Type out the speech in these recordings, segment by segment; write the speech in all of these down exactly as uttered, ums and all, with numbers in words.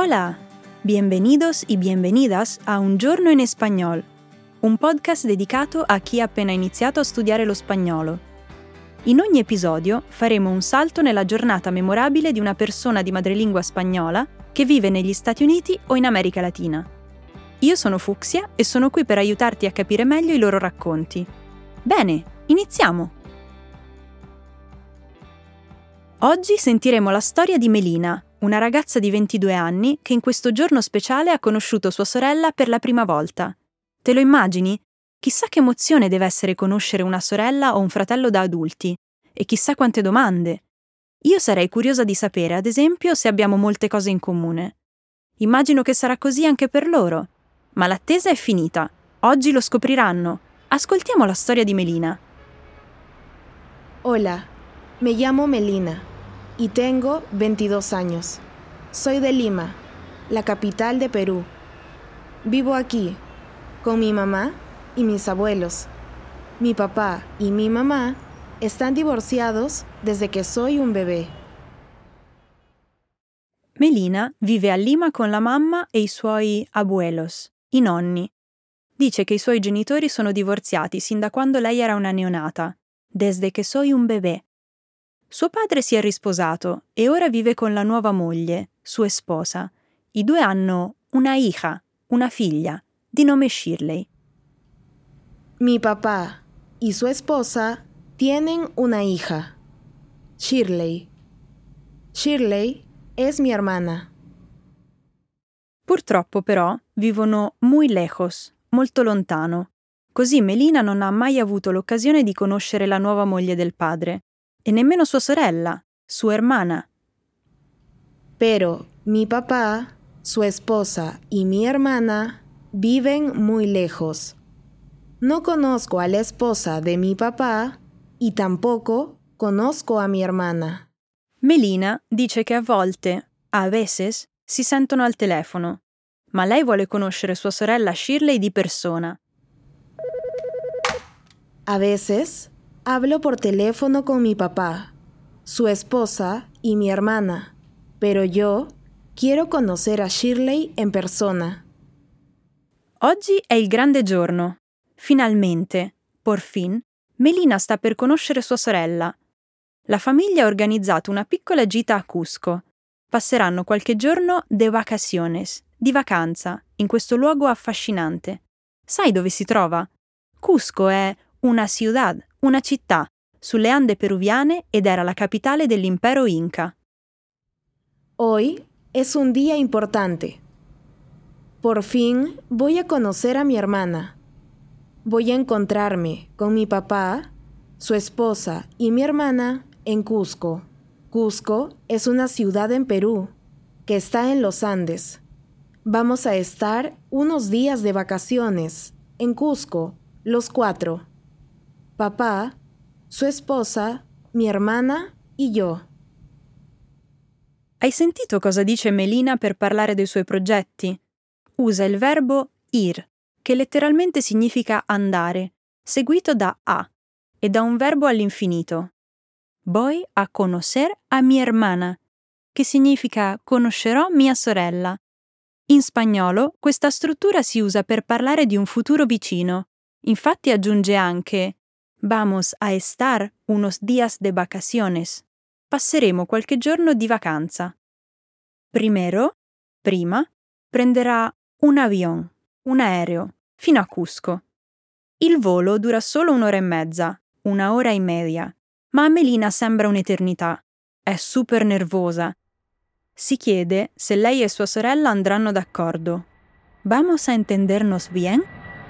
Hola, bienvenidos y bienvenidas a Un giorno in español, un podcast dedicato a chi ha appena iniziato a studiare lo spagnolo. In ogni episodio faremo un salto nella giornata memorabile di una persona di madrelingua spagnola che vive negli Stati Uniti o in America Latina. Io sono Fucsia e sono qui per aiutarti a capire meglio i loro racconti. Bene, iniziamo! Oggi sentiremo la storia di Melina, una ragazza di ventidue anni che in questo giorno speciale ha conosciuto sua sorella per la prima volta. Te lo immagini? Chissà che emozione deve essere conoscere una sorella o un fratello da adulti. E chissà quante domande. Io sarei curiosa di sapere, ad esempio, se abbiamo molte cose in comune. Immagino che sarà così anche per loro. Ma l'attesa è finita. Oggi lo scopriranno. Ascoltiamo la storia di Melina. Hola, me llamo Melina y tengo veintidós años. Soy de Lima, la capital de Perú. Vivo aquí con mi mamá y mis abuelos. Mi papá y mi mamá están divorciados desde que soy un bebé. Melina vive a Lima con la mamma e i suoi abuelos, i nonni. Dice che i suoi genitori sono divorziati sin da quando lei era una neonata, desde que soy un bebé. Suo padre si è risposato e ora vive con la nuova moglie, sua sposa. I due hanno una hija, una figlia, di nome Shirley. Mi papá y su esposa tienen una hija, Shirley. Shirley es mi hermana. Purtroppo però vivono muy lejos, molto lontano. Così Melina non ha mai avuto l'occasione di conoscere la nuova moglie del padre. E nemmeno sua sorella, su hermana. Pero mi papá, su esposa y mi hermana viven muy lejos. No conozco a la esposa de mi papá y tampoco conozco a mi hermana. Melina dice che a volte, a veces, si sentono al telefono, ma lei vuole conoscere sua sorella Shirley di persona. A veces hablo por teléfono con mi papá, su esposa y mi hermana, pero yo quiero conocer a Shirley en persona. Oggi è il grande giorno. Finalmente, por fin, Melina sta per conoscere sua sorella. La famiglia ha organizzato una piccola gita a Cusco. Passeranno qualche giorno de vacaciones, di vacanza, in questo luogo affascinante. Sai dove si trova? Cusco è una ciudad, una città, sulle Ande peruviane ed era la capitale dell'impero Inca. Hoy es un día importante. Por fin voy a conocer a mi hermana. Voy a encontrarme con mi papá, su esposa y mi hermana en Cusco. Cusco es una ciudad en Perú que está en los Andes. Vamos a estar unos días de vacaciones en Cusco, los cuatro. Papá, su esposa, mi hermana y yo. Hai sentito cosa dice Melina per parlare dei suoi progetti? Usa il verbo ir, che letteralmente significa andare, seguito da a e da un verbo all'infinito. Voy a conocer a mi hermana, che significa conoscerò mia sorella. In spagnolo questa struttura si usa per parlare di un futuro vicino. Infatti aggiunge anche Vamos a estar unos días de vacaciones. Passeremo qualche giorno di vacanza. Primero, prima, prenderà un avión, un aereo, fino a Cusco. Il volo dura solo un'ora e mezza, una ora e media, ma a Melina sembra un'eternità. È super nervosa. Si chiede se lei e sua sorella andranno d'accordo. Vamos a entendernos bien?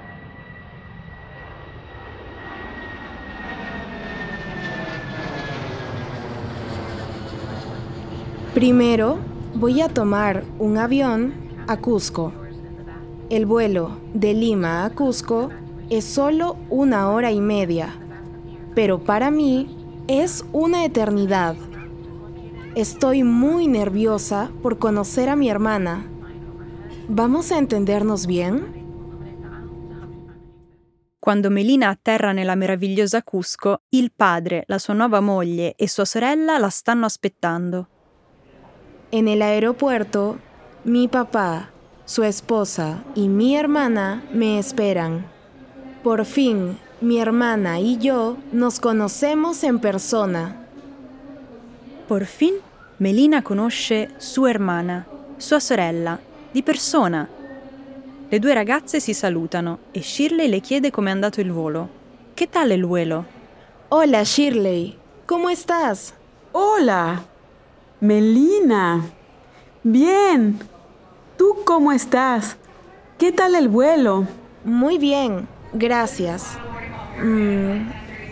Primero, voy a tomar un avión a Cusco. El vuelo de Lima a Cusco es solo una hora y media, pero para mí es una eternidad. Estoy muy nerviosa por conocer a mi hermana. ¿Vamos a entendernos bien? Quando Melina atterra nella meravigliosa Cusco, il padre, la sua nuova moglie e sua sorella la stanno aspettando. En el aeropuerto, Mi papá, su esposa y mi hermana me esperan. Por fin, mi hermana y yo nos conocemos en persona. Por fin Melina conosce sua hermana, sua sorella, di persona. Le due ragazze si salutano e Shirley le chiede com'è andato il volo. Che tal el vuelo? Hola Shirley, ¿cómo estás? Hola, Melina. Bien. ¿Tú cómo estás? ¿Qué tal el vuelo? Muy bien, gracias. Mm.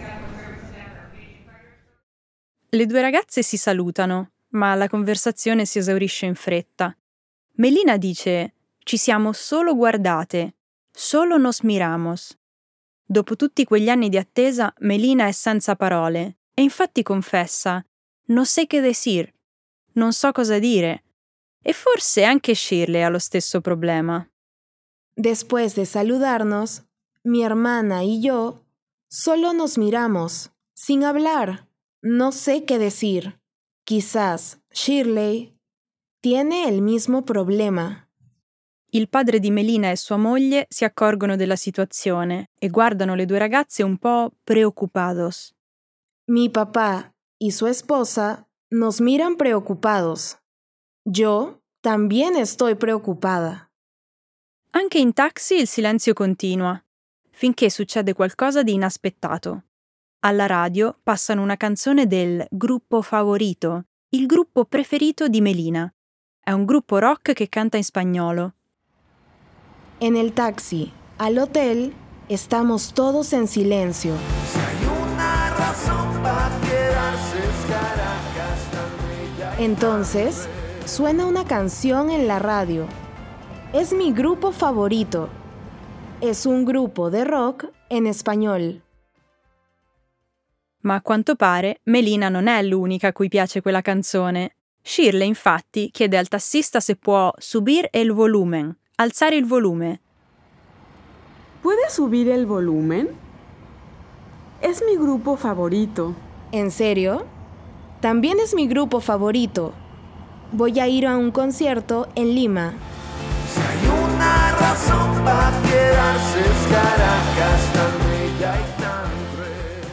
Le due ragazze si salutano, ma la conversazione si esaurisce in fretta. Melina dice: ci siamo solo guardate, solo nos miramos. Dopo tutti quegli anni di attesa, Melina è senza parole e infatti confessa: no sé qué decir, non so cosa dire. E forse anche Shirley ha lo stesso problema. Después de saludarnos, mi hermana y yo solo nos miramos, sin hablar. No sé qué decir. Quizás Shirley tiene el mismo problema. Il padre di Melina e sua moglie si accorgono della situazione e guardano le due ragazze un po' preocupados. Mi papá y su esposa nos miran preocupados. Yo también estoy preocupada. Anche in taxi il silenzio continua, finché succede qualcosa di inaspettato. Alla radio passano una canzone del gruppo favorito, il gruppo preferito di Melina. È un gruppo rock che canta in spagnolo. En el taxi, al hotel, estamos todos en silencio. Entonces, suena una canción en la radio. Es mi grupo favorito. Es un grupo de rock en español. Ma a quanto pare Melina non è l'unica a cui piace quella canzone. Shirley, infatti, chiede al tassista se può subir el volumen, alzare il volume. ¿Puedes subir el volumen? Es mi grupo favorito. ¿En serio? También es mi grupo favorito. Voy a ir a un concierto en Lima. Si hay una razón para quedarse es Caracas, tan bella y tan cruel.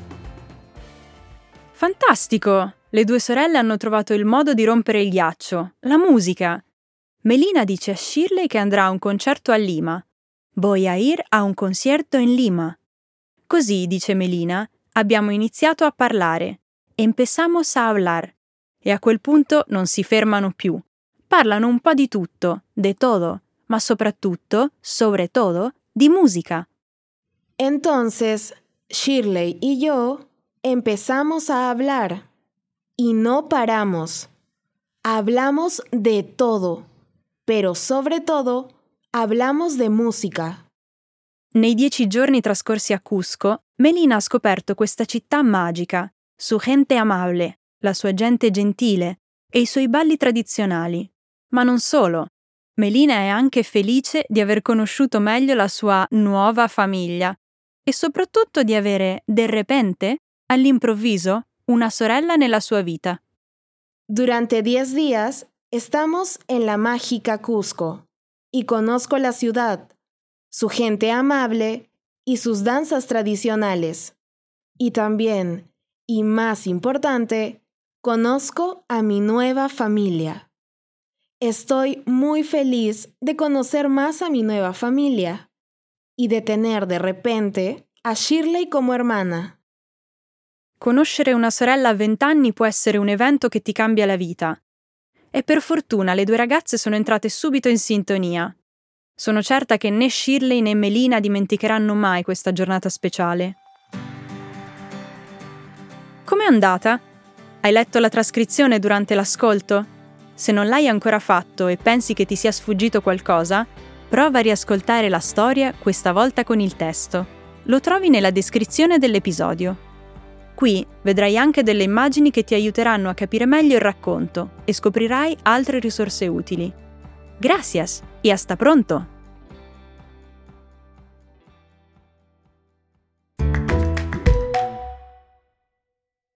Fantastico! Le due sorelle hanno trovato il modo di rompere il ghiaccio, la musica. Melina dice a Shirley che andrà a un concerto a Lima. Voy a ir a un concierto in Lima. Così, dice Melina, abbiamo iniziato a parlare. Empezamos a hablar. E a quel punto non si fermano più. Parlano un po' di tutto, de todo, ma soprattutto, sobre todo, di musica. Entonces, Shirley y yo empezamos a hablar. Y no paramos. Hablamos de todo, pero sobre todo, hablamos de música. Nei dieci giorni trascorsi a Cusco, Melina ha scoperto questa città magica, su gente amable, la sua gente gentile e i suoi balli tradizionali. Ma non solo. Melina è anche felice di aver conosciuto meglio la sua nuova famiglia e soprattutto di avere, de repente, all'improvviso, una sorella nella sua vita. Durante diez días estamos en la mágica Cusco y conozco la ciudad, su gente amable y sus danzas tradicionales. Y también, y más importante, conozco a mi nueva familia. Estoy muy feliz de conocer más a mi nueva familia y de tener de repente a Shirley como hermana. Conoscere una sorella a vent'anni può essere un evento che ti cambia la vita. E per fortuna le due ragazze sono entrate subito in sintonia. Sono certa che né Shirley né Melina dimenticheranno mai questa giornata speciale. Com'è andata? Hai letto la trascrizione durante l'ascolto? Se non l'hai ancora fatto e pensi che ti sia sfuggito qualcosa, prova a riascoltare la storia questa volta con il testo. Lo trovi nella descrizione dell'episodio. Qui vedrai anche delle immagini che ti aiuteranno a capire meglio il racconto e scoprirai altre risorse utili. Gracias e hasta pronto!